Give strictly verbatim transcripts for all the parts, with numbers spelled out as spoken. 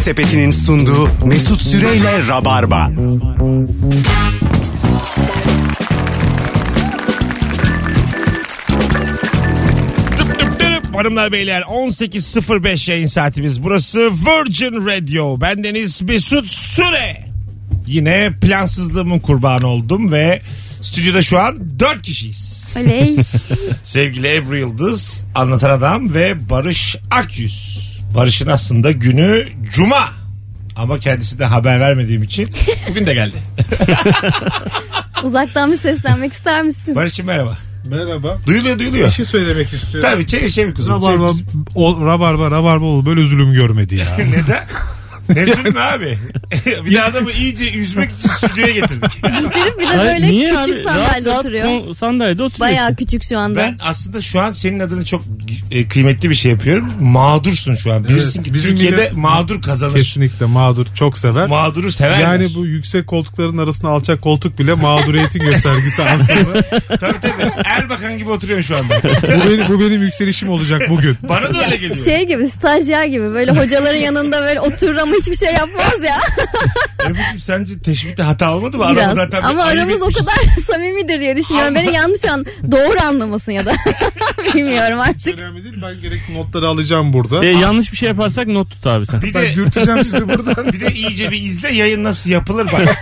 Sepeti'nin sunduğu Mesut Süreyle Rabarba. Hanımlar beyler on sekiz sıfır beş yayın saatimiz. Burası Virgin Radio. Bendeniz Mesut Süre. Yine plansızlığımın kurbanı oldum ve stüdyoda şu an dört kişiyiz. Oley. Sevgili Ebru Yıldız, Anlatan Adam ve Barış Akyüz. Barış'ın aslında günü Cuma. Ama kendisi de haber vermediğim için bugün de geldi. Uzaktan bir seslenmek ister misin? Barış'cığım merhaba. Merhaba. Duyuluyor duyuluyor. Bir şey söylemek istiyorum. Tabii çevir çevir kuzum. Rabarba, o, rabarba, rabarba oldu. Böyle zulüm görmedi ya. Neden? Ne zulmü abi? Bir de adamı iyice üzmek için stüdyoya getirdik. Getirip bir de böyle Niye küçük abi? sandalyede Rahat, oturuyor. rahat sandalyede oturuyorsun. Bayağı küçük şu anda. Ben aslında şu an senin adını çok e, kıymetli bir şey yapıyorum. Mağdursun şu an. Bilirsin ki bizim Türkiye'de millet- mağdur kazanır. Kesinlikle mağdur çok sever. Mağduru severler. Yani bu yüksek koltukların arasında alçak koltuk bile mağduriyetin göstergesi aslında. Tabii tabii. Erbakan gibi oturuyorsun şu anda. bu, benim, bu benim yükselişim olacak bugün. Bana da öyle geliyor. Şey gibi, stajyer gibi, böyle hocaların yanında böyle oturur ama hiçbir şey yapmaz ya. Ebru'cum sence teşbihte hata olmadı mı? Biraz. Aramız zaten Ama ayıp aramız o etmişiz. kadar samimidir diye düşünüyorum. Ama- Beni yanlış an doğru anlamasın ya da bilmiyorum Hiç artık. önemli değil. Ben gerekli notları alacağım burada. E, yanlış bir şey yaparsak not tut abi sen. Bir Ben de, dürteceğim sizi buradan. bir de iyice bir izle yayın nasıl yapılır bak.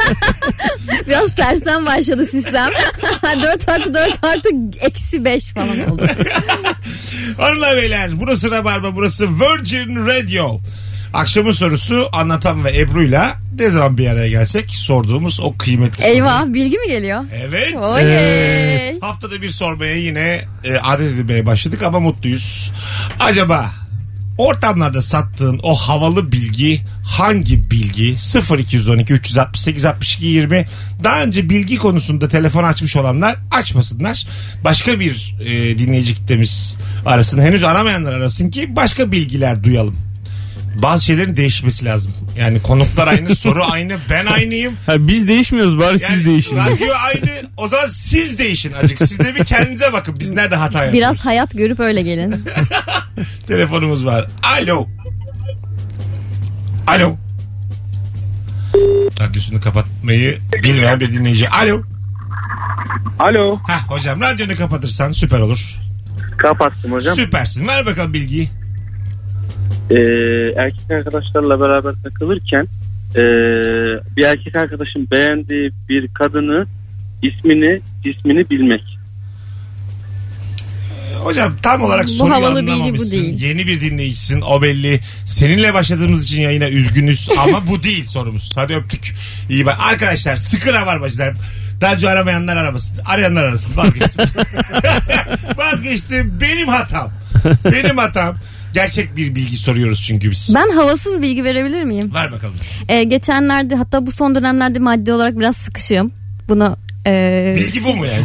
Biraz tersten başladı sistem. dört artı dört artı eksi beş falan oldu. Hanımlar beyler, burası Rabarba, burası Virgin Radio. Akşamın sorusu Anlatan ve Ebru'yla ne zaman bir araya gelsek sorduğumuz o kıymetli Eyvah, soru. bilgi mi geliyor? Evet. Oley. Haftada bir sormaya yine e, adet edilmeye başladık ama mutluyuz. Acaba ortamlarda sattığın o havalı bilgi hangi bilgi? sıfır iki on iki üç altı sekiz altmış iki yirmi. Daha önce bilgi konusunda telefon açmış olanlar açmasınlar. Başka bir e, dinleyici kitlemiz arasın. Henüz aramayanlar arasın ki başka bilgiler duyalım. Bazı şeylerin değişmesi lazım. Yani konuklar aynı, soru aynı, ben aynıyım. Ha, biz değişmiyoruz bari Yani siz değişin. radyo aynı. O zaman siz değişin acık. Siz de bir kendinize bakın. Biz nerede hata yaptık? Biraz hayat görüp öyle gelin. Telefonumuz var. Alo. Alo. Radyosunu kapatmayı bilmeyen bir dinleyici. Alo. Alo. Hah hocam, radyonu kapatırsan süper olur. Kapattım hocam. Süpersin. Ver bakalım bilgiyi. Ee, erkek arkadaşlarla beraber takılırken ee, bir erkek arkadaşın beğendiği bir kadını ismini cismini bilmek. Hocam tam olarak Bu soruyu havalı bilgi bu anlamamışsın. değil. Yeni bir dinleyicisin, o belli. Seninle başladığımız için yayına üzgünüz ama bu değil sorumuz. Hadi öptük. İyi bak. Arkadaşlar sıkı rabarbacılar. Daha önce aramayanlar aramasın. Arayanlar arasın. Vazgeçtim. Vazgeçtim. Benim hatam. Benim hatam. Gerçek bir bilgi soruyoruz çünkü biz. Ben havasız bilgi verebilir miyim? Ver bakalım. Ee, geçenlerde, hatta bu son dönemlerde maddi olarak biraz sıkışığım. Bunu e... Bilgi bu mu yani?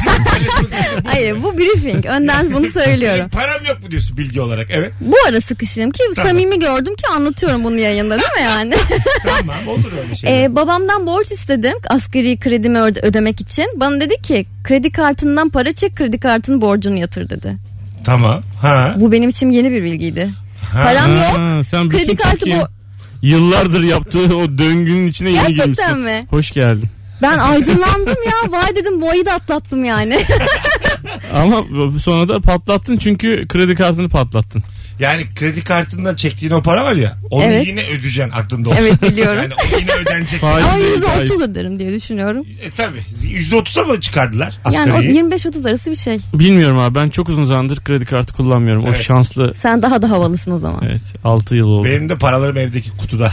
Hayır, bu briefing. Önden bunu söylüyorum. Param yok mu diyorsun bilgi olarak? Evet. Bu ara sıkışığım ki Tamam. samimi gördüm ki anlatıyorum bunu yayında, değil mi yani? Tamam, olur öyle şeyler. Ee, babamdan borç istedim asgari kredimi öde- ödemek için. Bana dedi ki kredi kartından para çek, kredi kartının borcunu yatır dedi. Tamam. Ha. Bu benim için yeni bir bilgiydi. Ha. Param yok. Ha, sen bütün Kredi kartı Türkiye bu. yıllardır yaptığı o döngünün içine yeni Gerçekten girmişsin. mi? Hoş geldin. Ben aydınlandım ya. Vay dedim, bu ayı da atlattım yani. Ama sonra da patlattın çünkü kredi kartını patlattın. Yani kredi kartından çektiğin o para var ya, onu Evet. yine ödeyeceksin, aklında olsun. Evet, biliyorum. Yani o yine ödenecek. Faiz Ama değil, yüzde faiz. otuz öderim diye düşünüyorum. E tabi. yüzde otuza mı çıkardılar Yani o asgariyi? yirmi beş otuz arası bir şey. Bilmiyorum abi, ben çok uzun zamandır kredi kartı kullanmıyorum. Evet. O şanslı. Sen daha da havalısın o zaman. Evet, altı yıl oldu. Benim de paralarım evdeki kutuda.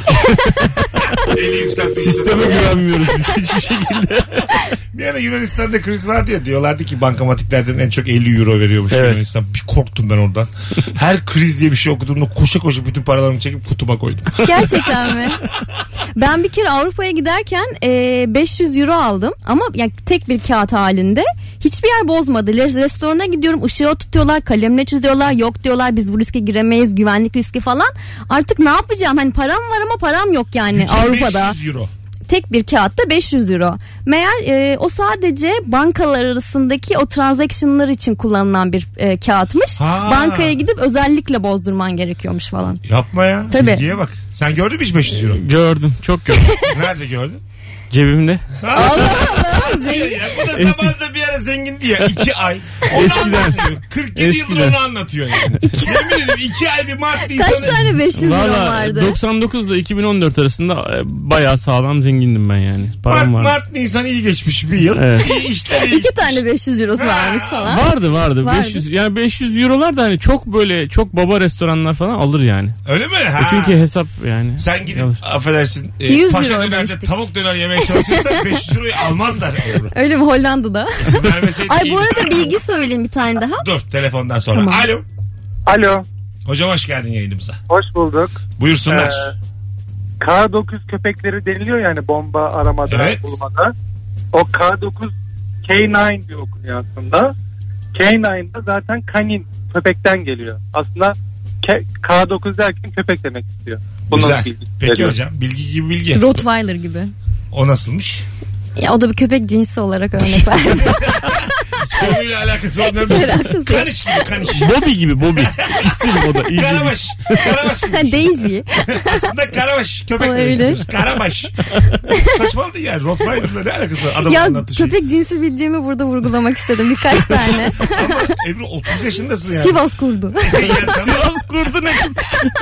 Eli yükseltmek. Sisteme güvenmiyoruz biz hiçbir şekilde. Bir ara Yunanistan'da kriz vardı ya, diyorlardı ki bankamatiklerden en çok elli euro veriyormuş Evet. Yunanistan. Bir korktum ben oradan. Her kriz diye bir şey okuduğumda koşa koşa bütün paralarımı çekip kutuma koydum. Gerçekten mi? Ben bir kere Avrupa'ya giderken e, beş yüz euro aldım ama yani tek bir kağıt halinde. Hiçbir yer bozmadı. Restorana gidiyorum, ışığı tutuyorlar, kalemle çiziyorlar. Yok diyorlar, biz bu riske giremeyiz, güvenlik riski falan. Artık ne yapacağım? Hani param var ama param yok yani Avrupa'da. beş yüz euro. Tek bir kağıtta beş yüz euro. Meğer e, o sadece bankalar arasındaki o transaction'lar için kullanılan bir e, kağıtmış. Ha. Bankaya gidip özellikle bozdurman gerekiyormuş falan. Yapma ya. Tabii. Bilgiye bak. Sen gördün mü hiç beş yüz euro? Gördüm. Çok gördüm. Nerede gördün? Cebimde. Allah Allah. Ya, bu da zamanında bir ara zengindi ya. iki ay. Onu Eskiden. anlatıyor. kırk yedi Eskiden. yıldır onu anlatıyor yani. Yemin ederim iki ay bir Mart Nisan'ı. Kaç tane beş yüz euro Valla vardı? doksan dokuz ile iki bin on dört arasında e, bayağı sağlam zengindim ben yani. Param Mart, var. Mart Nisan iyi geçmiş bir yıl. Evet. İyi işler iyi. İki tane beş yüz eurosu varmış falan. Vardı vardı. Vardı. beş yüz yani beş yüz eurolar da hani çok böyle çok baba restoranlar falan alır yani. Öyle mi? Ha. E çünkü hesap yani. Sen gidip Alır. affedersin e, yüz paşa euro dönerde ödemiştik. tavuk döner yemeye çalışırsan beş yüz euroyu almazlar. Öyle mi Hollanda'da? İsim vermeseydin Ay bu iyiydi. arada bilgi söyleyeyim bir tane daha. Dur telefondan sonra. Tamam. Alo. Alo. Hocam hoş geldin yayınımıza. Hoş bulduk. Buyursunlar. Ee, K dokuz köpekleri deniliyor yani bomba aramada, Evet. bulmada. O K dokuz K dokuz diye okunuyor aslında. K dokuz da zaten kanin, köpekten geliyor. Aslında K, K dokuz derken köpek demek istiyor. Bunun Güzel. bilgisi Peki veriyor. hocam bilgi gibi bilgi. Rottweiler gibi. O nasılmış? Ya o da bir köpek cinsi olarak örnek verdi. Konuyla alakası olmayan Hiç alakası yok. Kaniş gibi kaniş. Bobby gibi Bobby. İsim o da. iyi bir- Karabaş. Karabaş gibi. Daisy. Aslında karabaş. Köpek Olabilir. demek Karabaş. Saçmaladı yani. Rottweiler'la ne alakası var? Adamın Ya anlattığı şey. köpek cinsi bildiğimi burada vurgulamak istedim birkaç tane. Ama Ebru otuz yaşındasın yani. Sivas kurdu. Ya sana Sivas kurdu ne kız?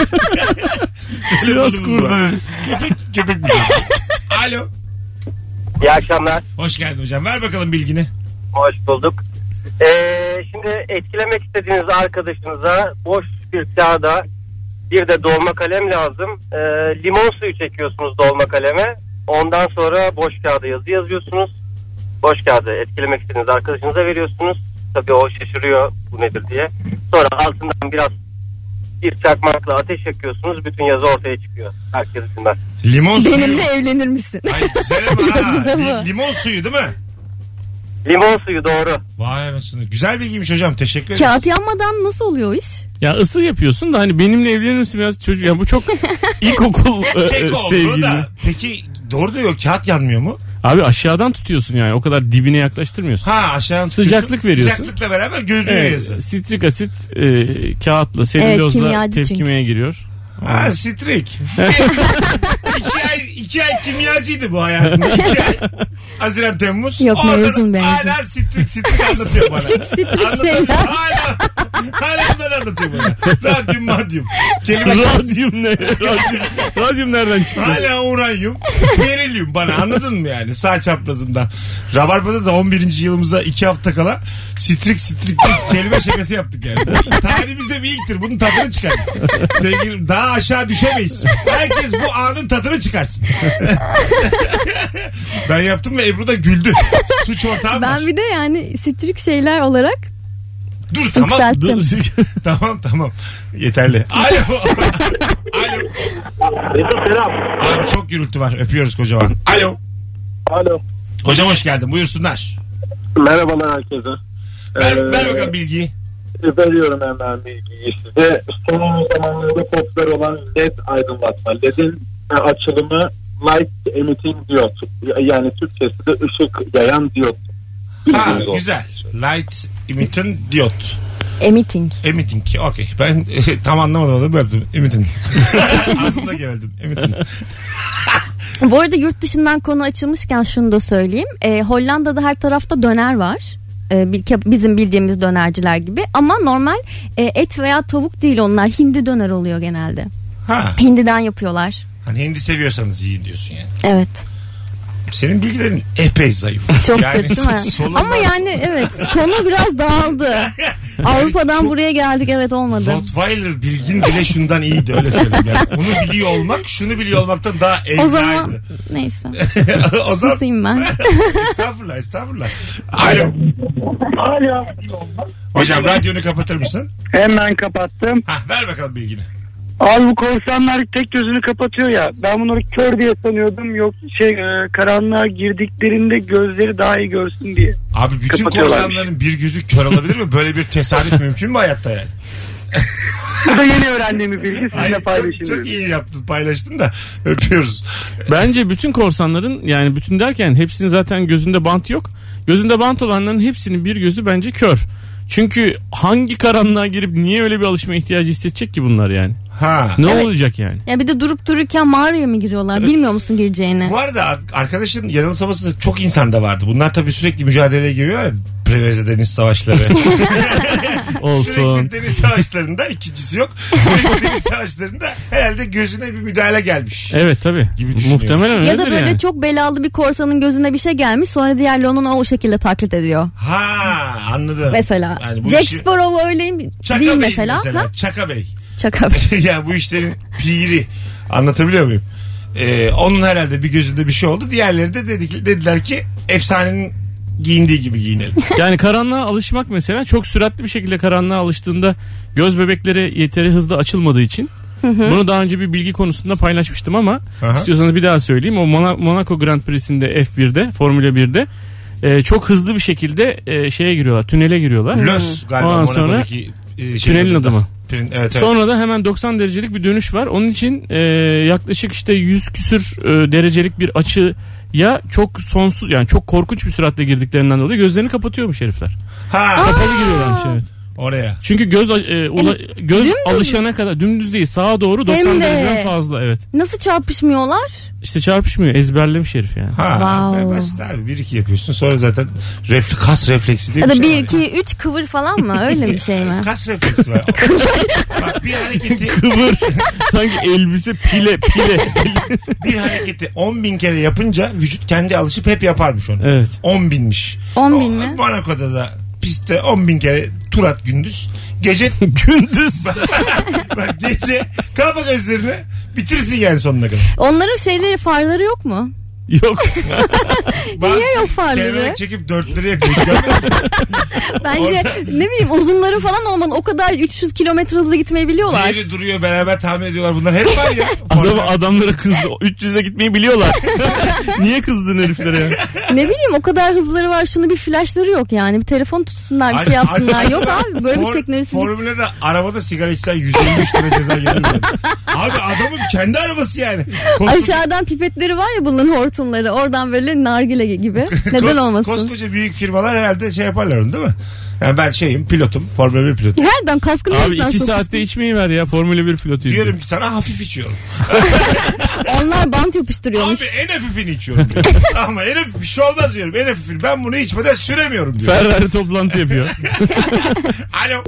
Sivas telefonumuz kurdu. var. Köpek, köpek mi? Alo. İyi akşamlar. Hoş geldin hocam. Ver bakalım bilgini. Hoş bulduk. Ee, şimdi etkilemek istediğiniz arkadaşınıza boş bir kağıda bir de dolma kalem lazım. Ee, limon suyu çekiyorsunuz dolma kaleme. Ondan sonra boş kağıda yazı yazıyorsunuz. Boş kağıdı etkilemek istediğiniz arkadaşınıza veriyorsunuz. Tabii o şaşırıyor bu nedir diye. Sonra altından biraz bir çakmakla ateş yakıyorsunuz. Bütün yazı ortaya çıkıyor. Herkes bilmez. Limon suyu. Benimle evlenir misin? Ay güzel ama ha. Yazı da bu. Li- limon suyu değil mi? Limon suyu doğru. Vay anasını. Güzel bilgiymiş hocam. Teşekkür ederiz. Kağıt yanmadan nasıl oluyor o iş? Ya ısı yapıyorsun da hani benimle evlenir misin biraz çocuk. Ya bu çok ilkokul e, Kek oldu sevgili. da. Peki doğru diyor. Kağıt yanmıyor mu? Abi aşağıdan tutuyorsun yani o kadar dibine yaklaştırmıyorsun. Ha aşağıdan Sıcaklık tutuyorsun. veriyorsun. Sıcaklıkla beraber görünüyor Evet, yazı. sitrik asit e, kağıtla selülozla kimyacı tepkimeye giriyor. Ha sitrik. iki ay iki ay kimyacıydı bu hayatında. İki ay. Haziran Temmuz. Yok, Oradan mezun benzin. Hala sitrik sitrik anlatıyor bana. Sitrik, sitrik Anlatıyor. şeyler. Hala, hala bunları anlatıyor bana. Radyum madyum. Kelime Radyum ne? Radyum, radyum nereden çıktı? hala uranyum. Berilyum bana anladın mı yani sağ çaprazından. Rabarba'da da on birinci yılımıza iki hafta kala sitrik sitrik bir kelime şakası yaptık yani. Tarihimizde bir ilktir. Bunun tadını çıkar. Sevgilim daha aşağı düşemeyiz. Herkes bu anın tadını çıkarsın. Ben yaptım ve Ebru da güldü. Suç ortağım var. Ben bir de yani sitrik şeyler olarak Dur tamam. yükselttim. Dur. Tamam tamam. Yeterli. Alo. Alo. Mesut selam. Abi çok gürültü var. Öpüyoruz kocaman. Alo. Alo. Hocam hoş geldin. Buyursunlar. Merhabalar herkese. Ver, Ee, ver bakalım bilgiyi. Veriyorum hemen bilgiyi size. Son zamanlarda popüler olan L E D aydınlatma. L E D'in açılımı Light Emitting Diyot. Yani Türkçesi de ışık yayan diyot. Ha Bilginiz olsun. güzel. Light emitting diyot. Emitting. Emitting. Okey. Ben tam anlamadım onu. Böldüm. Emitting. Ağzımda geldim. Emitting. Bu arada yurt dışından konu açılmışken şunu da söyleyeyim. Ee, Hollanda'da her tarafta döner var. Ee, bir- bizim bildiğimiz dönerciler gibi. Ama normal e, et veya tavuk değil onlar. Hindi döner oluyor genelde. Ha. Hindiden yapıyorlar. Hani hindi seviyorsanız yiyin diyorsun yani. Evet. Senin bilgilerin epey zayıf. Çok yani, tırt değil mi? solundan- Ama yani evet konu biraz dağıldı. Avrupa'dan çok- buraya geldik evet olmadı. Rottweiler bilgin bile şundan iyiydi öyle söyleyeyim. Yani onu biliyor olmak şunu biliyor olmaktan daha evliydi. O zaman neyse o zaman susayım ben. estağfurullah estağfurullah. Alo. Alo. Hocam radyonu kapatır mısın? Hemen kapattım. Hah ver bakalım bilgini. Abi bu korsanlar tek gözünü kapatıyor ya. Ben bunları kör diye sanıyordum. Yok şey e, karanlığa girdiklerinde gözleri daha iyi görsün diye. Abi bütün Kapatıyorlarmış. korsanların bir gözü kör olabilir mi? Böyle bir tesadüf mümkün mü hayatta yani? Bu da yeni öğrendiğim bir bilgi sizinle Hayır, paylaşayım. çok, çok dedim. iyi yaptın paylaştın da öpüyoruz. Bence bütün korsanların yani bütün derken hepsinin zaten gözünde bant yok. Gözünde bant olanların hepsinin bir gözü bence kör. Çünkü hangi karanlığa girip niye öyle bir alışma ihtiyacı hissedecek ki bunlar yani? Ha. Ne Evet. olacak yani? Ya bir de durup dururken mağaraya mı giriyorlar? Bilmiyor musun gireceğini? Bu arada ar- arkadaşın yanılsaması da çok insanda vardı. Bunlar tabii sürekli mücadeleye giriyor ya. Preveze deniz savaşları. Olsun. Sürekli deniz savaşlarında ikincisi yok. Sürekli deniz savaşlarında herhalde gözüne bir müdahale gelmiş. Evet tabii. Gibi düşünüyorum. Muhtemelen öyledir Ya da böyle yani. çok belalı bir korsanın gözüne bir şey gelmiş, sonra diğerleri onun o şekilde taklit ediyor. Ha anladım. Mesela Yani bu Jack işi- Sparrow öyle Çaka değil Bey mesela. Ha? Çaka Bey. Çaka Bey. Ya bu işlerin piri. Anlatabiliyor muyum? Ee, onun herhalde bir gözünde bir şey oldu. Diğerleri de dedik, dediler ki efsanenin giyindiği gibi giyinelim. Yani karanlığa alışmak mesela, çok süratli bir şekilde karanlığa alıştığında göz bebekleri yeteri hızlı açılmadığı için, bunu daha önce bir bilgi konusunda paylaşmıştım ama Aha. istiyorsanız bir daha söyleyeyim. O Mona- Monaco Grand Prix'sinde F birde, Formula birde e, çok hızlı bir şekilde e, şeye giriyorlar, tünele giriyorlar. Lös galiba Ondan sonra Monaco'daki e, tünelin adı mı? Evet, evet. Sonra da hemen doksan derecelik bir dönüş var. Onun için e, yaklaşık işte yüz küsür e, derecelik bir açıya çok sonsuz, yani çok korkunç bir süratle girdiklerinden dolayı gözlerini kapatıyormuş herifler. Ha Kapalı giriyorlarmış, evet. oraya. Çünkü göz e, ula, göz dümdüz alışana kadar dümdüz değil, sağa doğru doksan Hem de. dereceden fazla, evet. Nasıl çarpışmıyorlar? İşte çarpışmıyor, ezberlemiş herif yani. Ha, Wow. basit abi. Bir iki yapıyorsun. Sonra zaten refle, kas refleksi diye Ya bir da şey bir var. iki üç kıvır falan mı? Öyle bir şey mi? Kas refleksi var. Bak bir hareketi Kıvır. Sanki elbise pile pile. bir hareketi on bin kere yapınca vücut kendi alışıp hep yaparmış onu. Evet. on binmiş. on O- bin mi? Monaco'da da pistte on bin kere tur at gündüz. Gece Gündüz. bak gece kapa gözlerini bitirsin yani sonuna kadar. Onların şeyleri, farları yok mu? Yok. Bazısı yok farları? kelebek çekip dörtleri yakıyor. Görmedin mi? Bence Orada- ne bileyim, uzunları falan olmalı. O kadar üç yüz kilometre hızlı gitmeyi biliyorlar. Diğeri duruyor, beraber tahmin ediyorlar. Bunlar hep var ya. Adam, adamlara kızdı. üç yüze gitmeyi biliyorlar. Niye kızdın heriflere ya? Ne bileyim, o kadar hızları var, şunu bir flaşları yok yani. Bir telefon tutsunlar, bir şey yapsınlar. Yok abi, böyle bir For- teknolojisi. Formülede arabada sigara içsen yüz elli üç lira ceza gelir mi? Abi adamın kendi arabası yani. Koskoca- Aşağıdan pipetleri var ya bunların, hortumları. Oradan böyle nargile gibi. Neden Kos- olmasın? Koskoca büyük firmalar herhalde şey yaparlar onu değil mi? Yani ben şeyim, pilotum. Formula bir pilotum. Nereden kaskını Abi yüzden iki sokuyorsun? saatte içmeyi ver ya. Formula bir pilotuyuz. Diyorum ki sana hafif içiyorum. Onlar bant yapıştırıyormuş. Abi en hafifini içiyorum. Ama en hafif bir şey olmaz diyorum. En hafifini. Ben bunu içmeden süremiyorum diyor. Ferrari toplantı yapıyor. Alo.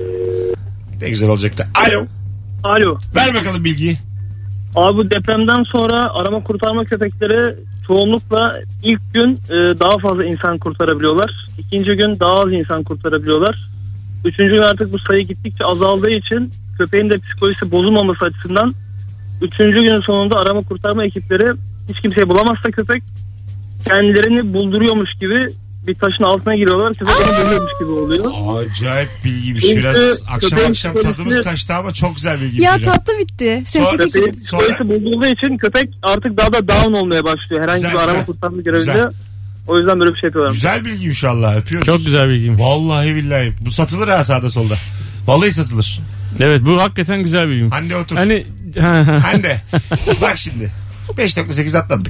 Ne güzel olacaktı. Alo. Alo. Ver bakalım bilgiyi. Abi bu depremden sonra arama kurtarma köpekleri çoğunlukla ilk gün e, daha fazla insan kurtarabiliyorlar. İkinci gün daha az insan kurtarabiliyorlar. Üçüncü gün artık bu sayı gittikçe azaldığı için köpeğin de psikolojisi bozulmaması açısından üçüncü günün sonunda arama kurtarma ekipleri hiç kimseyi bulamazsa köpek kendilerini bulduruyormuş gibi bir taşın altına giriyorlar. Köpek onu buluyormuş gibi oluyor. Acayip bilgiymiş. Çünkü Biraz akşam köpeğin akşam psikolojisi- tadımız kaçtı ama çok güzel bilgi. Ya tatlı bitti. Sempatik. Sonra- Köpeğin psikolojisi bozulduğu için köpek artık daha da down olmaya başlıyor. Herhangi Güzel, bir arama güzel. kurtarma görevinde. Güzel. O yüzden böyle bir şey yapıyorlar. Güzel bilgiymiş Allah, öpüyoruz. Çok güzel bilgiymiş. Vallahi billahi. Bu satılır ha sağda solda. Vallahi satılır. Evet, bu hakikaten güzel bilgiymiş. Hande otur. Hani ha, ha. Hande. Bak şimdi. beş nokta sekiz atladık.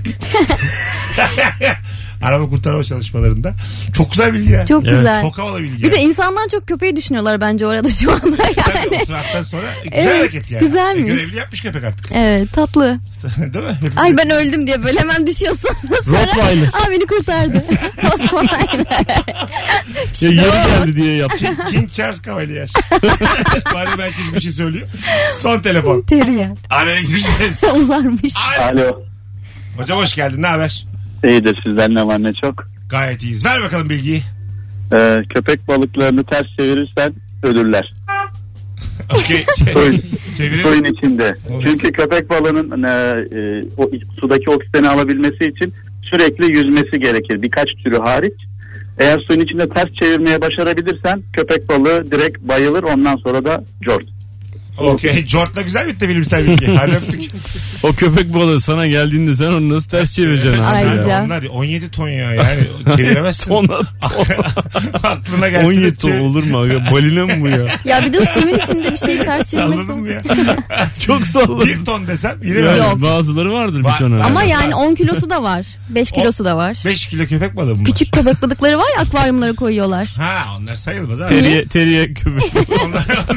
Arama kurtarma çalışmalarında. Çok güzel bilgi ya. Çok Evet, güzel. Çok havalı bilgi. Bir de yani. insandan çok köpeği düşünüyorlar bence orada şu anda Tabii yani. o saatten sonra güzel Evet, hareket yani. güzelmiş. E, görevli yapmış köpek artık. Evet, tatlı. Değil mi? Hepimiz- Ay ben öldüm diye böyle hemen düşüyorsun. Sonra, Rottweiler. Aa beni kurtardı. Rottweiler. Ya yeri geldi diye yaptı. King Charles Cavalier. Bari belki bir şey söylüyor. Son telefon. Terrier. Araya gireceğiz. Uzarmış. Alo. Alo. Hocam hoş geldin. Ne haber? İyidir, sizden ne var ne çok. Gayet iyiyiz. Ver bakalım bilgiyi. Ee, köpek balıklarını ters çevirirsen ölürler. Okey. Suyun, Çevirelim. suyun içinde. Olur. Çünkü köpek balığının e, e, o sudaki oksijeni alabilmesi için sürekli yüzmesi gerekir. Birkaç türü hariç. Eğer suyun içinde ters çevirmeye başarabilirsen köpek balığı direkt bayılır, ondan sonra da cort. Okey. Jort'la güzel bitti bilimsel bilgi. Hadi öptük. O köpek balığı sana geldiğinde sen onu nasıl ters çevireceksin? Ay. abi? Ayrıca. Onlar on yedi ton ya. Yani çeviremezsin. Tona, Aklına gelsin. on de yedi ton çevir- olur mu? Aga? Balina mı bu ya? Ya bir de suyun içinde bir şeyi ters çevirmek Salladın mı zor. ya? Çok salladım. Bir ton desem yine Yani Yok. bazıları vardır Var. bir tane. Ama Evet. yani on kilosu da var. beş kilosu da var. beş kilo köpek balığı mı var? Küçük köpek balıkları var ya, akvaryumlara koyuyorlar. Ha onlar sayılmaz abi. Teriye, teriye köpek. onlar, onlar, onlar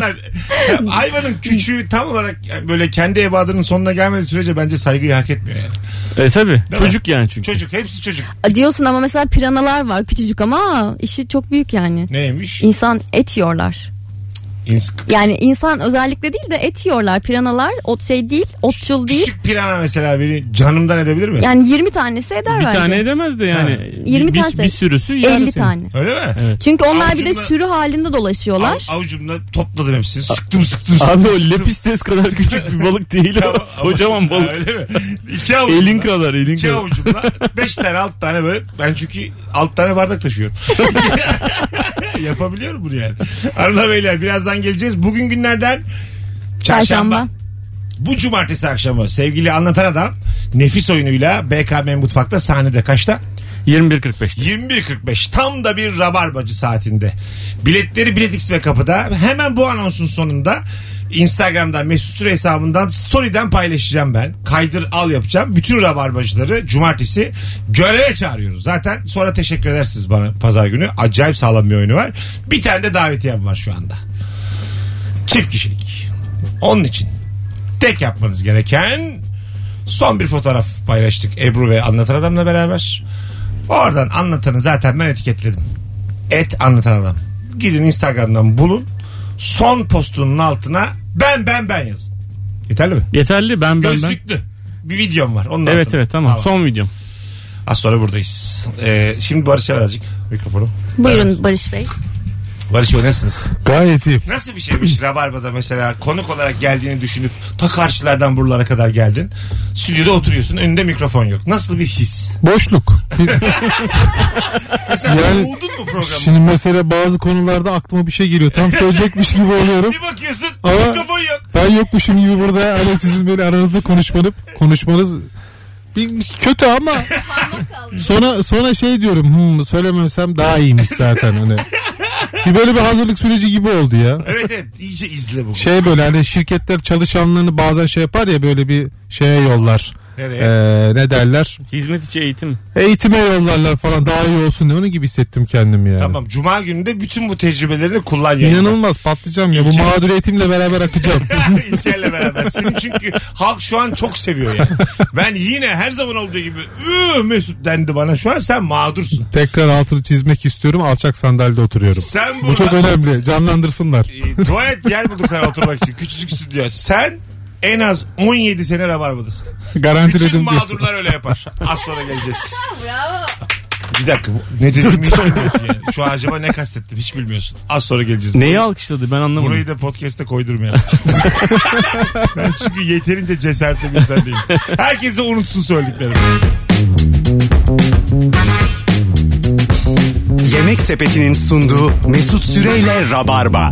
hayvanlar hayvanın küçüğü tam olarak böyle kendi ebadının sonuna gelmediği sürece bence saygıyı hak etmiyor yani. E tabii. Değil Çocuk mi? yani çünkü. Çocuk, hepsi çocuk. Diyorsun ama mesela piranalar var küçücük ama işi çok büyük yani. Neymiş? İnsan et yiyorlar. İns- Yani insan özellikle değil de et yiyorlar. Piranalar ot şey değil, otçul değil. Küçük pirana mesela beni canımdan edebilir mi? Yani yirmi tanesi eder Bir bence. tane edemez de yani. Ha. yirmi bir, tanesi. bir sürüsü yer elli seni. tane. Öyle mi? Evet. Çünkü onlar bir de Avucumla- sürü halinde dolaşıyorlar. Av, avucumla topladım hepsini. Sıktım sıktım sıktım. Abi o sıktım. lepistes kadar küçük bir balık değil o. Ama- Kocaman balık. Ha, öyle mi? İki avucumla. Elin kadar elin İki kadar. avucumla beş tane alt tane böyle. Ben çünkü alt tane bardak taşıyorum. Yapabiliyorum bunu yani. Arada beyler birazdan geleceğiz. Bugün günlerden çarşamba. Çarşamba. Bu cumartesi akşamı sevgili Anlatan Adam nefis oyunuyla B K M Mutfak'ta sahnede kaçta? yirmi bir kırk beşte. yirmi bir kırk beş tam da bir rabarbacı saatinde. Biletleri Biletix ve kapıda. Hemen bu anonsun sonunda Instagram'dan Mesut Süre hesabından story'den paylaşacağım ben. Kaydır al yapacağım. Bütün rabarbacıları cumartesi göreve çağırıyoruz. Zaten sonra teşekkür edersiniz bana pazar günü. Acayip sağlam bir oyunu var. Bir tane de davetiyem var şu anda. Çift kişilik. Onun için tek yapmanız gereken son bir fotoğraf paylaştık Ebru ve Anlatan Adam'la beraber. Oradan anlatanı zaten ben etiketledim. Et Anlatan Adam. Gidin Instagram'dan bulun. Son postunun altına ben ben ben yazın. Yeterli mi? Yeterli ben ben ben. Gözlüklü. Bir videom var. Onun Evet altına. evet tamam. Son videom. Az sonra buradayız. Ee, şimdi Barış'a verecek mikrofonu. Buyurun Barış Bey. Barış Bey nasılsınız? Gayet iyi. Nasıl bir şeymiş Rabarba'da mesela konuk olarak geldiğini düşünüp ta karşılardan buralara kadar geldin. Stüdyoda oturuyorsun, önünde mikrofon yok. Nasıl bir his? Boşluk. Mesela Yani- buldun mu programı? Şimdi mesela bazı konularda aklıma bir şey geliyor. Tam söyleyecekmiş gibi oluyorum. Bir bakıyorsun Ama- mikrofon yok. Ben yokmuşum gibi burada hani sizin böyle aranızda konuşmanıp konuşmanız bir kötü ama sonra sonra şey diyorum hmm, söylememsem daha iyiymiş zaten hani. Bir böyle bir hazırlık süreci gibi oldu ya. Evet evet iyice izle bu. Şey böyle hani şirketler çalışanlarını bazen şey yapar ya böyle bir şeye yollar. Nereye? Ee, ne derler? Hizmet içi eğitim. Eğitime yollarlar falan daha iyi olsun diye onun gibi hissettim kendimi yani. Tamam cuma günü de bütün bu tecrübelerini kullan yayında. İnanılmaz patlayacağım ya bu İlker- mağduriyetimle beraber akacağım. İlker'le beraber. Senin çünkü halk şu an çok seviyor yani. Ben yine her zaman olduğu gibi "Üh, Mesut dendi bana şu an sen mağdursun. Tekrar altını çizmek istiyorum alçak sandalyede oturuyorum. Sen Bu çok burada- önemli canlandırsınlar. E, dua et yer bulduk sana oturmak için. Küçücük stüdyo. Sen en az on yedi sene Rabarba'dasın. Bütün Garantiledim diyorsun. mağdurlar öyle yapar. Az sonra geleceğiz. Bir dakika. bu- Ne dediğimi hiç bilmiyorsun yani. Şu an acaba ne kastettim hiç bilmiyorsun. Az sonra geleceğiz. Neyi Burayı- alkışladı ben anlamadım. Burayı da podcast'te koydurmayalım. Ben çünkü yeterince cesaretli bir insan değilim. Herkes de unutsun söylediklerimi. Yemek Sepeti'nin sunduğu Mesut Süreyle Rabarba.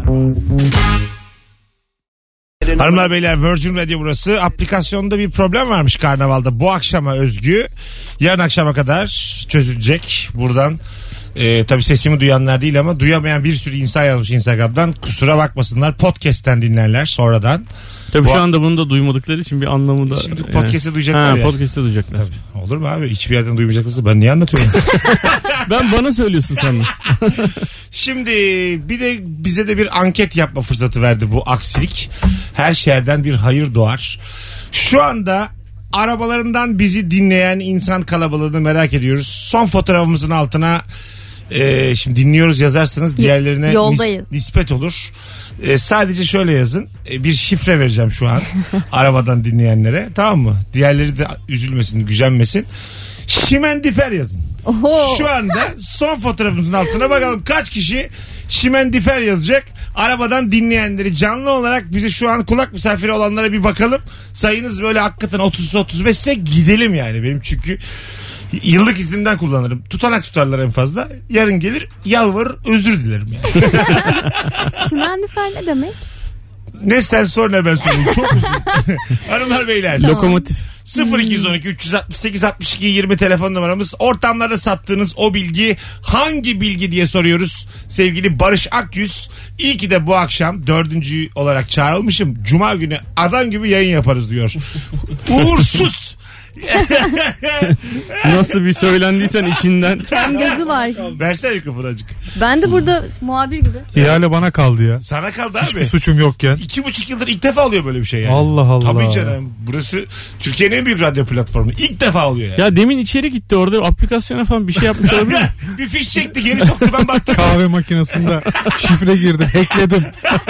Hanımlar beyler Virgin Radio burası. Aplikasyonda bir problem varmış karnavalda. Bu akşama özgü. Yarın akşama kadar çözülecek. Buradan e, tabii sesimi duyanlar değil ama duyamayan bir sürü insan yazmış Instagram'dan. Kusura bakmasınlar. Podcast'ten dinlerler sonradan. Tabii Bu- şu anda bunu da duymadıkları için bir anlamı da. Şimdi yani. podcast'te duyacaklar Ha, ya. podcast'te duyacaklar. Tabii. Olur mu abi? Hiçbir yerden duymayacaklarsa ben niye anlatıyorum? Ben bana söylüyorsun sen de. Şimdi bir de bize de bir anket yapma fırsatı verdi bu aksilik. Her şehirden bir hayır doğar. Şu anda arabalarından bizi dinleyen insan kalabalığını merak ediyoruz. Son fotoğrafımızın altına e, şimdi dinliyoruz yazarsanız diğerlerine nis- yoldayız. nispet olur. E, sadece şöyle yazın. E, bir şifre vereceğim şu an arabadan dinleyenlere. Tamam mı? Diğerleri de üzülmesin, gücenmesin. Şimendifer yazın. Oho. Şu anda son fotoğrafımızın altına bakalım kaç kişi Şimendifer yazacak. Arabadan dinleyenleri canlı olarak bize şu an kulak misafiri olanlara bir bakalım. Sayınız böyle hakikaten otuz otuz beş ise gidelim yani. Benim çünkü yıllık iznimden kullanırım. Tutanak tutarlar en fazla. Yarın gelir yalvarır özür dilerim yani. Şimendifer ne demek? Ne sen sor ne ben sorayım. Çok uzun. Hanımlar beyler. Lokomotif. sıfır iki on iki üç altı sekiz altmış iki yirmi telefon numaramız. Ortamlarda sattığınız o bilgi hangi bilgi diye soruyoruz. Sevgili Barış Akyüz. İyi ki de bu akşam dördüncü olarak çağrılmışım. Cuma günü adam gibi yayın yaparız diyor. Uğursuz. Nasıl bir söylendiysen içinden. Kem gözü var. Versene mikrofonu azıcık. Ben de burada muhabir gibi. İhale bana kaldı ya. Sana kaldı Hiçbir abi. suçum yokken. İki buçuk yıldır ilk defa oluyor böyle bir şey yani. Allah Allah. Tabii canım. Burası Türkiye'nin en büyük radyo platformu. İlk defa oluyor yani. Ya demin içeri gitti, orada aplikasyona falan bir şey yapmış olabilir mi? Bir fiş çekti geri soktu ben baktım. Kahve makinesinde şifre girdim. Hackledim.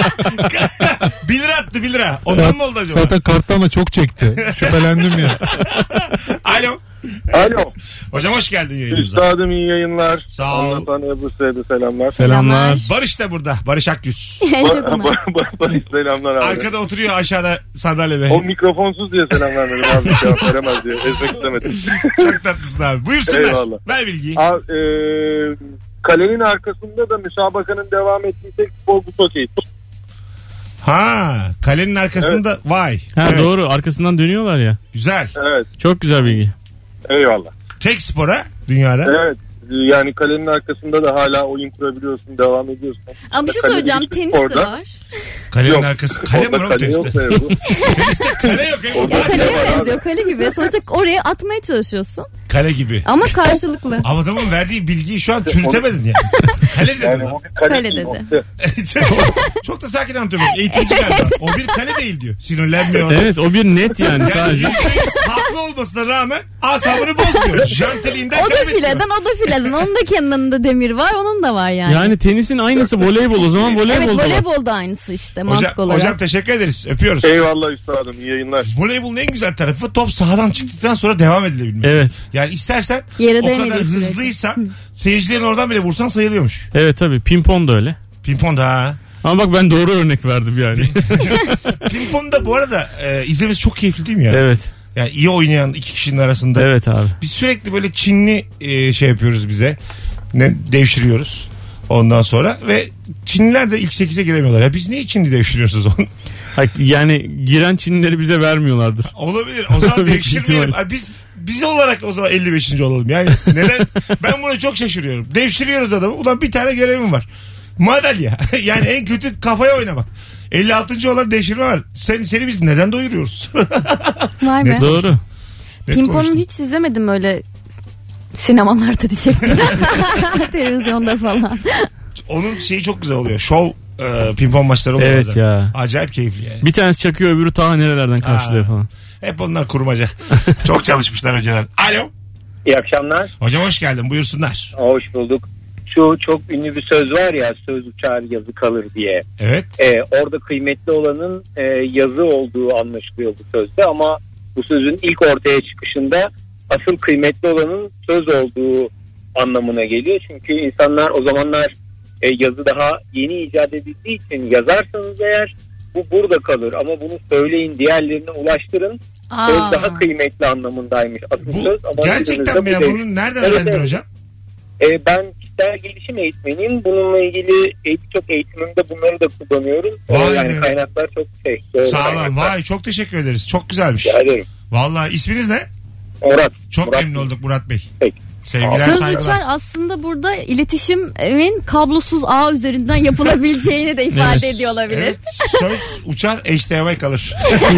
bir lira attı bir lira. Ondan Zaten- mı oldu acaba? Zaten karttan da çok çekti. Şüphelendim ya. Alo. Alo. Hocam hoş geldin yayınımıza. Üstadım iyi yayınlar. Sağ ol. Anlatan Ebu Seyde selamlar. Selamlar. Barış da burada. Barış Akgüz. En çok ona. Barış selamlar abi. Arkada oturuyor aşağıda sandalyede. O mikrofonsuz diye selam vermedim abi. Cevap veremez diye. Ezmek istemedim. Çok tatlısın abi. Buyursunlar. Eyvallah. Ver bilgiyi. Abi, e, kalenin arkasında da müsabakanın devam ettiği tek spor bu okey. Ha, kalenin arkasında vay. Ha Evet, doğru, arkasından dönüyorlar ya. güzel. Evet. Çok güzel bilgi. Eyvallah. Tek spora dünyada. Evet. Yani kalenin arkasında da hala oyun kurabiliyorsun, devam ediyorsun. Ama bir şey Kale söyleyeceğim. hiçbir Tenis de sporda- var. Kalenin Yok. arkası. Kale mi Orada var oğlum kale teniste? yok be bu. Teniste kale yok. Hem. Orada- Ya kaleye var abi. benziyor. Kale gibi. Sonuçta oraya atmaya çalışıyorsun. Kale gibi. Ama karşılıklı. Ama adamın verdiği bilgiyi şu an çürütemedin yani. Kale dedi Yani lan. o bir kale, Kale değil, dedi. çok, çok da sakin anlatıyorum. Eğitimci galiba. O bir kale değil diyor. Sinirlenmiyor. Evet, o bir net yani Yani sadece. yüzde yüz haklı olmasına rağmen asabını bozmuyor. Janteliğinden O da kaybetmiyor. fileden, o da fileden. Onun da kenarında demir var, onun da var yani. Yani tenisin aynısı voleybol, o zaman evet, voleybol da var. voleybol da aynısı işte Hocam, mantık olarak. hocam teşekkür ederiz. Öpüyoruz. Eyvallah üstadım iyi yayınlar. Voleybolun en güzel tarafı top sahadan çıktıktan sonra devam edilebilmesi. Evet. Yani istersen Yere o kadar değmediği sürece. hızlıysan seyircilerin oradan bile vursan sayılıyormuş. Evet tabii, pimpon da öyle. Pimpon da ha. Ama bak ben doğru örnek verdim yani. Pimpon da bu arada e, izlemesi çok keyifli değil mi ya? Evet. Yani iyi oynayan iki kişinin arasında. Evet abi. Biz sürekli böyle Çinli e, şey yapıyoruz bize. Ne devşiriyoruz. Ondan sonra ve Çinliler de ilk sekize giremiyorlar. Ya biz niye Çinli devşiriyoruz onu? Yani giren Çinlileri bize vermiyorlardır. Olabilir. O zaman Büyük devşirmeyelim. ihtimal. Ay, Biz biz olarak o zaman elli beşinci olalım. Yani neden? Ben buna çok şaşırıyorum. Devşiriyoruz adamı. Ulan bir tane görevim var. Madalya. Yani en kötü kafaya oynamak. elli altıncı olan devşirme var. Sen, seni biz neden doyuruyoruz? Vay be. Ne- Doğru. Net Pimpon'u konuştun. hiç izlemedim öyle sinemalarda diyecektim. Televizyonda falan. Onun şeyi çok güzel oluyor. Şov e, pimpon maçları oluyor. Evet bazen. ya. Acayip keyifli yani. Bir tanesi çakıyor, öbürü ta nerelerden karşılıyor Aa. falan. Hep onlar kurmaca. Çok çalışmışlar önceden. Alo. İyi akşamlar. Hocam hoş geldin. Buyursunlar. Hoş bulduk. Şu çok ünlü bir söz var ya, söz uçar yazı kalır diye. Evet. Ee, orada kıymetli olanın e, yazı olduğu anlaşılıyor bu sözde, ama bu sözün ilk ortaya çıkışında asıl kıymetli olanın söz olduğu anlamına geliyor. Çünkü insanlar o zamanlar e, yazı daha yeni icat edildiği için yazarsanız eğer bu burada kalır, ama bunu söyleyin, diğerlerine ulaştırın. Aa. Söz daha kıymetli anlamındaymış. Asıl Bu söz, ama gerçekten günümüzde mi ya? bu değil. Bunu nereden Evet, öğrendin evet. hocam? Ee, ben kişisel gelişim eğitmeniyim. Bununla ilgili birçok eğitimimde bunları da kullanıyorum. Ee, Vay yani be. kaynaklar çok şey. doğru Sağ olun. kaynaklar. Vay çok teşekkür ederiz. Çok güzelmiş. Rica ederim. Vallahi isminiz ne? Murat. Çok Murat memnun olduk Murat Bey. Peki. Sevgiler Söz saygılar. uçar aslında burada iletişimin kablosuz ağ üzerinden yapılabileceğini de ifade Evet. ediyor olabilir. Evet, söz uçar H D M I kalır.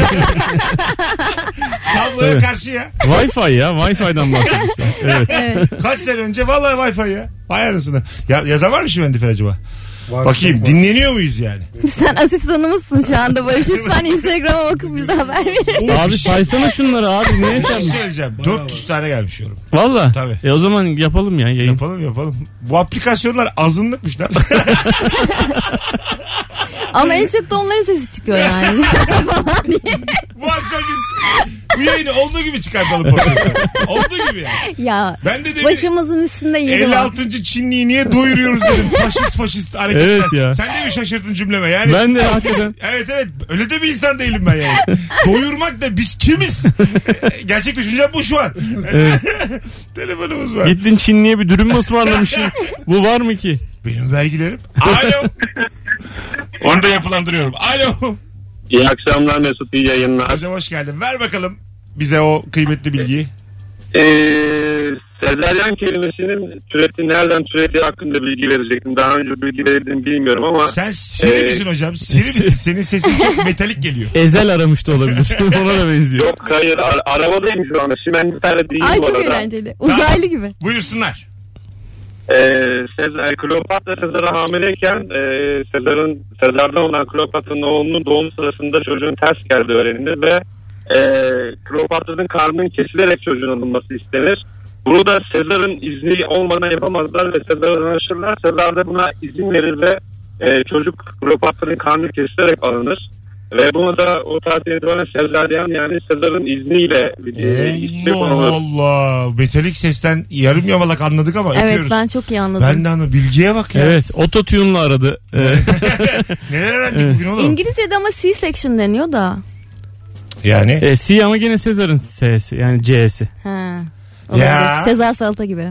Kabloya Evet. karşı ya. Wi-Fi ya. Wi-Fi'den bahsediyorsun. Evet. Evet. Kaç sene önce vallahi Wi-Fi ya. Vay arasını. Ya, yazan var mı Şimendifer acaba? Var, Bakayım çok var. dinleniyor muyuz yani? Sen asistanımızsın şu anda Barış. Lütfen Instagram'a bakıp bize haber verin. Of, Abi saysana şunları abi. Ne bir şey yaşadın? söyleyeceğim. dört yüz tane gelmiş yorum. Valla. Tabii. E o zaman yapalım ya yayın. Yapalım yapalım. Bu aplikasyonlar azınlıkmış lan. Ama en çok da onların sesi çıkıyor yani. Falan diye. Bu akşam biz bu yayını olduğu gibi çıkartalım. podcast'ta. Olduğu gibi yani. Ya Ben de demin başımızın üstünde yeri elli var. altıncı Çinliyi niye doyuruyoruz dedim. Faşist faşist hareketler. Evet ya. Sen de mi şaşırdın cümleme yani? Ben de hakikaten. Evet evet öyle de bir insan değilim ben yani. Doyurmak da biz kimiz? Gerçek düşüncem bu şu an. Telefonumuz var. Gittin Çinli'ye bir dürüm mü ısmarlamışsın? Bu var mı ki? Benim vergilerim. Alo. Onu da yapılandırıyorum. Alo. İyi akşamlar Mesut, iyi yayınlar. Hocam hoş geldin. Ver bakalım bize o kıymetli bilgiyi. Ee, sezaryen kelimesinin türeti nereden türediği hakkında bilgi verecektim. Daha önce bilgi verildiğini bilmiyorum ama. Sen Siri Ee, misin hocam? Siri misin? Senin sesin çok metalik geliyor. Ezel aramış da olabilir. Ona da benziyor. Yok hayır ara- arabadayım şu anda. Simenter'de değilim Ay bu çok arada. eğlenceli. Uzaylı Tamam. gibi. Buyursunlar. Ee, Sezar, Kleopatra Sezar'a hamileyken e, Sezar'ın Sezar'dan olan Kleopatra'nın oğlunun doğum sırasında çocuğun ters geldi öğrenilir ve e, Kleopatra'nın karnının kesilerek çocuğun alınması istenir. Bunu da Sezar'ın izni olmadan yapamazlar ve Sezar'a danışırlar. Sezar da buna izin verir ve e, çocuk Kleopatra'nın karnı kesilerek alınır. Ve bunu da o tarihten itibaren Sezaryen yani Sezar'ın izniyle e, ismi Allah konulur. Allah. Metalik sesten yarım yamalak anladık ama Evet öpüyoruz. ben çok iyi anladım. Ben de anladım. Bilgiye bak ya. Evet, ototune'la aradı. Ee, Neler öğrendik bugün oğlum? İngilizce'de ama C-section deniyor da. Yani. e, C ama gene Sezar'ın S'si yani C'si. Ha. Ya. Olabilir. Sezar salata gibi.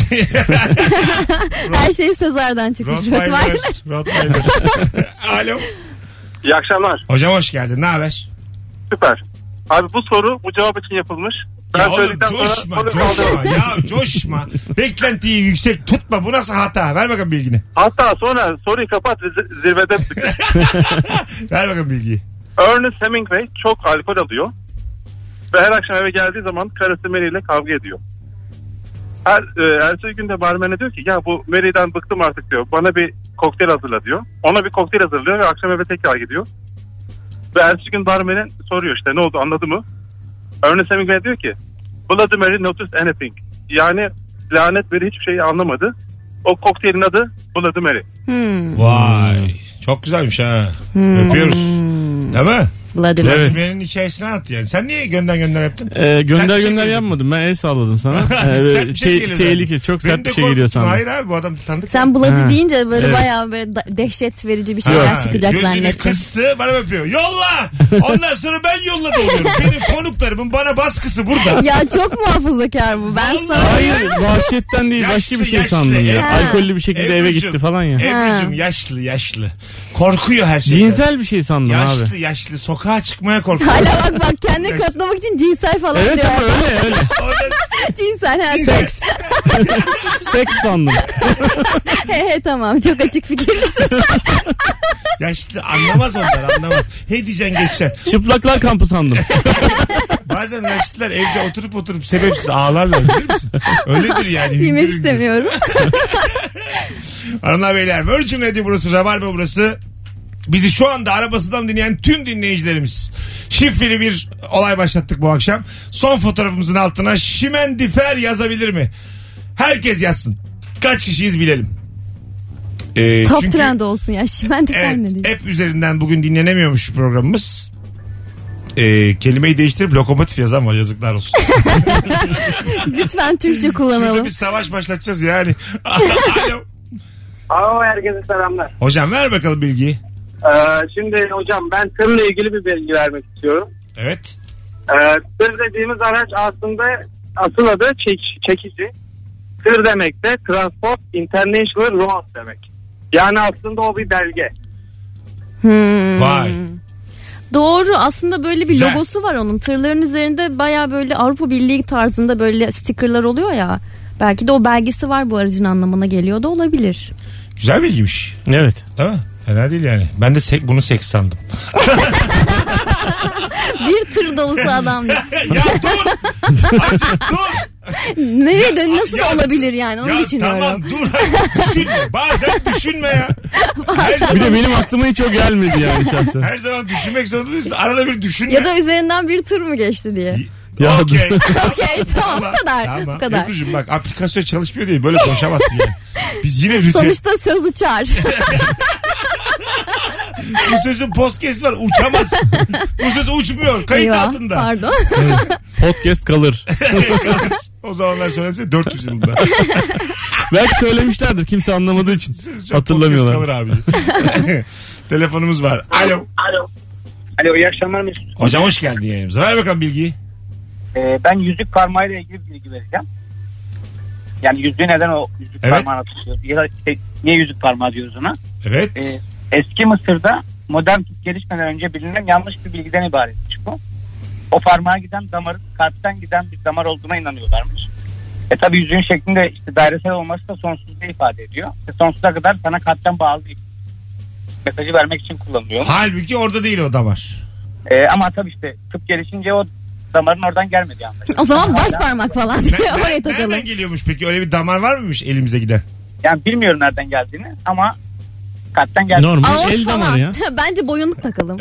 Her şey Sezar'dan çıkmış. Rottweiler. Rottweiler. Rottweiler. Alo. İyi akşamlar. Hocam hoş geldin. Ne haber? Süper. Abi bu soru bu cevap için yapılmış. Ben Ya oğlum söyledikten sonra coşma soruyu coşma kaldırdım. ya coşma. Beklentiyi yüksek tutma. Bu nasıl hata? Ver bakalım bilgini. Hatta sonra soruyu kapat ve zi- zirvede sıkı. Ver bakalım bilgiyi. Ernest Hemingway çok alkol alıyor. Ve her akşam eve geldiği zaman karısı Mary ile kavga ediyor. Her, e, ertesi gün de barmene diyor ki ya bu Mary'den bıktım artık diyor. Bana bir kokteyl hazırla diyor. Ona bir kokteyl hazırlıyor ve akşam eve tekrar gidiyor. Ve ertesi gün barmenin soruyor işte ne oldu anladı mı? Ernest Hemingway diyor ki Bloody Mary noticed anything. Yani lanet Mary hiçbir şeyi anlamadı. O kokteylin adı Bloody Mary. Hmm. Vay. Çok güzelmiş ha. Öpüyoruz. Değil mi? Bloody Evet. Evet. Benim hikayesini anlat yani. Sen niye gönder gönder yaptın? Ee, gönder Sen bir şey gönder mi- yapmadım. Ben el salladım sana. Sert Ee, bir şey te- geliyor tehlike. zaten. Çok Beni sert de bir şey geliyor korkutma. sandım. Hayır abi bu adam tanıdık. Sen Bloody Ha. deyince böyle Evet. bayağı böyle da- dehşet verici bir şeyler Ha, çıkacak gözünü zannettim. kıstı bana öpüyor. Yolla. Ondan sonra ben yolladım oluyorum. Benim konuklarımın bana baskısı burada. Ya çok muhafazakar bu. Ben Vallahi. sana Hayır vahşetten değil Yaşlı, başka bir şey yaşlı, sandım ya. ha. Alkollü bir şekilde eve Ebru'cum. gitti falan ya. Ebru'cum yaşlı yaşlı. Korkuyor her şeyden. Cinsel bir şey sandım Yaşlı abi. yaşlı. Sokağa çıkmaya korkuyor. hala bak bak kendini Yaşlı. katlamak için cinsel falan Evet diyor. ama öyle öyle. Orada Cinsel her şey. Seks. Seks sandım. He he tamam çok açık fikirlisin. yaşlı anlamaz onlar anlamaz. He diyeceksin geçeceksin. Çıplaklar kampı sandım. Bazen yaşlılar evde oturup oturup sebepsiz ağlarlar bilir misin? Öyledir yani. Bilmek Hüngür hüngür. istemiyorum. Hanımlar beyler Virgin Radio burası, Rabarba burası. Bizi şu anda arabasından dinleyen tüm dinleyicilerimiz. Şifreli bir olay başlattık bu akşam. Son fotoğrafımızın altına Şimendifer yazabilir mi? Herkes yazsın. Kaç kişiyiz bilelim. Ee, Top çünkü- trend olsun ya. Şimendifer Evet, ne diyeyim. hep üzerinden bugün dinlenemiyormuş programımız. Ee, kelimeyi değiştirip lokomotif yazan var yazıklar olsun. Lütfen Türkçe Şurada kullanalım. bir savaş başlatacağız yani. Alo. Alo herkese selamlar. Hocam ver bakalım bilgiyi. Ee, şimdi hocam ben tırla ilgili bir bilgi vermek istiyorum. Evet. Ee, tır dediğimiz araç aslında asıl adı çek, çekici. Tır demek de Transport International Road demek. Yani aslında o bir belge. Hmm. Vay. Doğru aslında böyle bir Güzel. logosu var onun. Tırların üzerinde baya böyle Avrupa Birliği tarzında böyle stickerlar oluyor ya. Belki de o belgesi var bu aracın anlamına geliyor da olabilir. Güzel bilgiymiş. Evet. Değil mi? Fena değil yani. Ben de sek, bunu seks sandım. Bir tır dolusu adam. ya dur. Azıcık dur. Nereye dön nasıl Ya- olabilir yani onu ya düşünüyorum. tamam dur. Düşünme. Bazen düşünme ya. Her Bir zaman, de benim aklıma hiç o gelmedi yani şahsen. her zaman düşünmek zorunda değilsin. Arada bir düşünme. Ya da üzerinden bir tır mı geçti diye. Ya Okey. Okey tamam bu kadar. Bu kadar. Ebru'cum bak aplikasyon çalışmıyor diye böyle konuşamazsın yani. Biz yine rüte, Sonuçta söz uçar. bu sözün postkesi var uçamazsın. Bu söz uçmuyor. Kayıt Eyvah, altında. pardon. Podcast kalır. O zamanlar söylese dört yüz yılında. Belki söylemişlerdir kimse anlamadığı için. Çok Hatırlamıyorlar. podcast kalır abi. Telefonumuz var. Alo. Alo. Alo iyi akşamlar Mesut. Hocam hoş geldin yayınımıza. Ver bakalım bilgiyi. Ee, ben yüzük parmağıyla ilgili bir bilgi vereceğim. Yani yüzüğü neden o yüzük Evet. parmağına tutuyor? Ya da işte niye yüzük parmağı diyoruz ona? Evet. Ee, eski Mısır'da modern tıp gelişmeden önce bilinen yanlış bir bilgiden ibaretmiş bu. O parmağa giden damarın kalpten giden bir damar olduğuna inanıyorlarmış. E tabi yüzüğün şeklinde işte dairesel olması da sonsuzluğu ifade ediyor. İşte sonsuza kadar sana kalpten bağlı değil. Mesajı vermek için kullanılıyor. Halbuki orada değil o damar. E, ama tabii işte tıp gelişince o damarın oradan gelmedi anlaşılan. O zaman baş parmak falan diye Ne- oraya ne- takalım. Nereden geliyormuş peki? Öyle bir damar var mıymış elimize giden? Yani bilmiyorum nereden geldiğini ama kalpten geldi. Normal Aort el falan. damarı ya. Bence boyunluk takalım.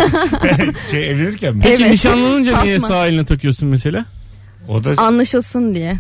şey evlenirken mi? Peki Evet. nişanlanınca niye Tasma. sağ eline takıyorsun mesela? O da Anlaşılsın diye.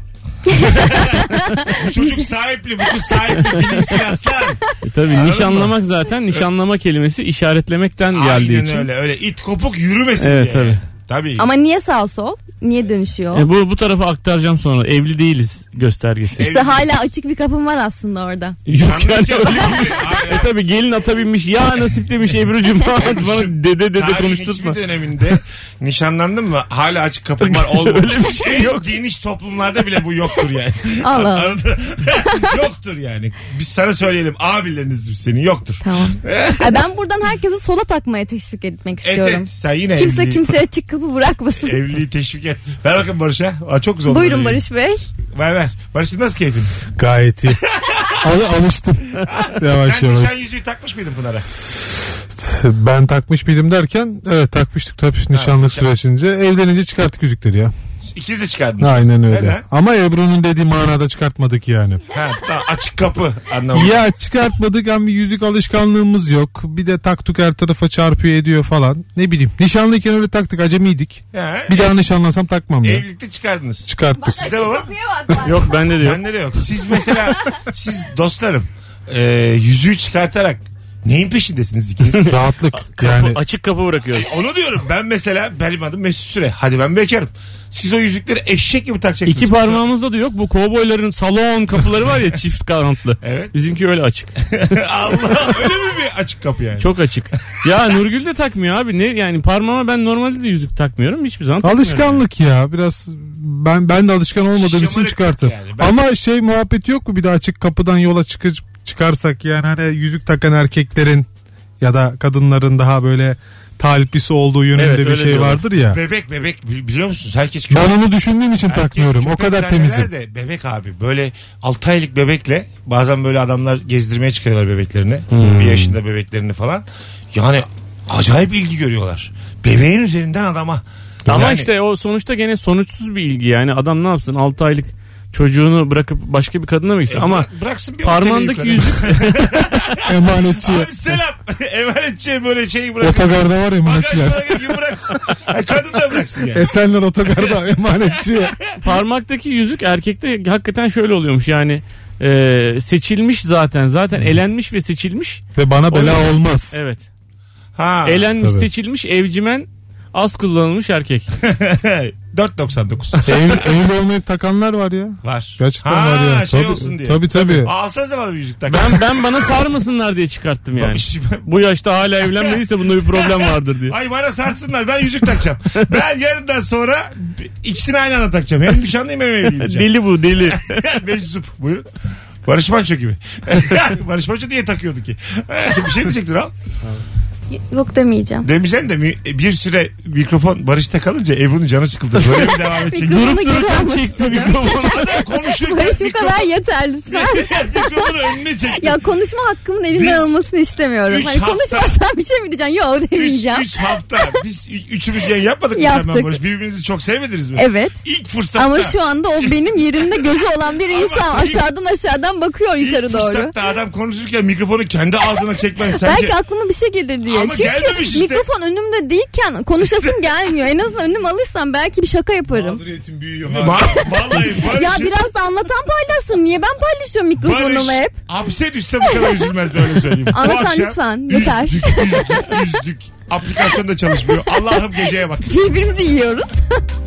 bu çocuk sahipli, bu kız sahipli, bilinçli aslan. E tabii Anladın nişanlamak zaten nişanlama kelimesi işaretlemekten geldiği Aynen için. öyle. Öyle it kopuk yürümesin Evet, diye. tabii. Tabii. Ama niye sağ sol? Niye dönüşüyor? E bu bu tarafa aktaracağım sonra. Evli değiliz göstergesi. İşte hala açık bir kapım var aslında orada. Yok yani Anlayacağım. öyle mi? E tabii gelin ata binmiş. Ya nasip demiş Ebru'cum. Bana dede dede Tarihin konuşturma. hiçbir döneminde nişanlandın mı hala açık kapım var olmamış. Öyle bir şey yok. Geniş toplumlarda bile bu yoktur yani. Allah Allah. Anladın? Yoktur yani. Biz sana söyleyelim abileriniz biz senin yoktur. Tamam. Ay, ben buradan herkesi sola takmaya teşvik etmek Et istiyorum. et sen yine Kimse evliliği, kimseye açık kapı bırakmasın. evliliği teşvik et. Ver bakın Barış'a. Aa, çok güzel oldu. Buyurun böyle. Barış Bey. Ver ver. Barış'ın nasıl keyfin? Gayet iyi. Al, alıştım. Yavaş Sen yavaş. nişan yüzüğü takmış mıydın Pınar'a? Ben takmış mıydım derken evet takmıştık tabii nişanlık nişan- süresince. Evlenince çıkarttık yüzükleri ya. İkiniz de çıkardınız. Aynen öyle. Neden? Ama Ebru'nun dediği manada çıkartmadık yani. Ha, tamam, açık kapı anlamında. Ya çıkartmadık ama bir yüzük alışkanlığımız yok. Bir de taktık her tarafa çarpıyor ediyor falan. Ne bileyim nişanlıyken öyle taktık acemiydik. Ha, Bir daha nişanlansam takmam ya. evlilikte çıkardınız. Çıkarttık. Sizde baba? Yok bende de yok. Bende de yok. Siz mesela siz dostlarım e, yüzüğü çıkartarak neyin peşindesiniz ikiniz? Rahatlık Kapı, yani. açık kapı bırakıyoruz. Onu diyorum. Ben mesela benim adım Mesut Süre. Hadi ben bekarım. Siz o yüzükleri eşek gibi takacaksınız. İki parmağımızda da yok. Bu kovboyların salon kapıları var ya çift kanatlı. Evet. Bizimki öyle açık. Allah öyle mi bir açık kapı yani? Çok açık. Ya Nurgül de takmıyor abi. Ne yani parmağıma ben normalde de yüzük takmıyorum. Hiçbir zaman takmıyorum. Alışkanlık ya biraz ben ben de alışkan olmadığım için Şımarıklık çıkarttım. yani. Ben- Ama şey muhabbet yok mu bir de açık kapıdan yola çıkıp çıkarsak yani hani yüzük takan erkeklerin ya da kadınların daha böyle taliplisi olduğu yönünde Evet, bir öyle şey diyorlar. vardır ya. Bebek bebek Bi- biliyor musunuz? Herkes Ben onu düşündüğüm için Herkes takmıyorum. O köpek kadar zanneder temizim. De, bebek abi böyle altı aylık bebekle bazen böyle adamlar gezdirmeye çıkıyorlar bebeklerini. Hmm. Bir yaşında bebeklerini falan. Yani acayip ilgi görüyorlar. Bebeğin üzerinden adama. Ama Yani- işte o sonuçta gene sonuçsuz bir ilgi yani. Adam ne yapsın altı aylık çocuğunu bırakıp başka bir kadına mı gitsin? E, Ama bıra- bıraksın bir parmağındaki otele yüzük Emanetçiye. Abi selam. Emanetçiye böyle şeyi bırakın. Otogarda var emanetçiler. Bagaj bırakın gibi bıraksın. Ay, kadın da bıraksın yani. Esenler otogarda emanetçiye. parmaktaki yüzük erkekte hakikaten şöyle oluyormuş yani e, seçilmiş zaten zaten elenmiş ve seçilmiş. Ve bana bela O- olmaz. Evet. Ha. Elenmiş tabii. seçilmiş evcimen az kullanılmış erkek. dört doksan dokuz. Evli, evli olmayıp takanlar var ya. Var. Gerçekten ha, var ya. şey Tabii, olsun diye. tabii tabii. Alsanıza bana bir yüzük tak. Ben ben bana sarmasınlar diye çıkarttım yani. Bu yaşta hala evlenmediyse bunda bir problem vardır diye. Ay bana sarsınlar ben yüzük takacağım. Ben yarından sonra ikisini aynı anda takacağım. Hem nişanlıyım hem evliyim. Deli bu deli. Meczup buyurun. Barış Manço gibi. Barış Manço niye takıyordu ki? Bir şey diyecektin al. Yok demeyeceğim. Demeyeceksin de mi- bir süre mikrofon Barış'ta kalınca Ebru'nun canı sıkıldı. Böyle mi devam edecek? Mikrofonu Durup geri dururken almak çekti istedim. mikrofonu. Adam konuşurken Barış bu mikrofon- kadar yeter lütfen. mikrofonu önüne çekti. Ya konuşma hakkımın Biz elinden alınmasını istemiyorum. üç Hani hafta- konuşmazsan bir şey mi diyeceksin? Yok demeyeceğim. Üç, üç hafta. Biz ü- üçümüz yayın yapmadık mı Yaptık. sen ben Barış? Birbirinizi çok sevmediniz mi? Evet. İlk fırsatta. Ama şu anda o benim yerimde gözü olan bir insan. Ama ilk- Aşağıdan aşağıdan bakıyor yukarı İlk doğru. fırsatta adam konuşurken mikrofonu kendi ağzına çekmen sence... Belki aklıma bir şey gelir diye. Ama gelmemiş Çünkü işte. mikrofon önümde değilken konuşasım gelmiyor. En azından önüme alırsam belki bir şaka yaparım. Mağduriyetin büyüyor. Va- Vallahi Barış. Ya biraz da anlatan paylaşsın. Niye ben paylaşıyorum mikrofonumu hep? hapse düşse bu kadar üzülmezdi öyle söyleyeyim. Bu Anlatan akşam lütfen, yeter. Üzdük, üzdük, üzdük. Aplikasyon da çalışmıyor. Allah'ım geceye bak. Birbirimizi yiyoruz.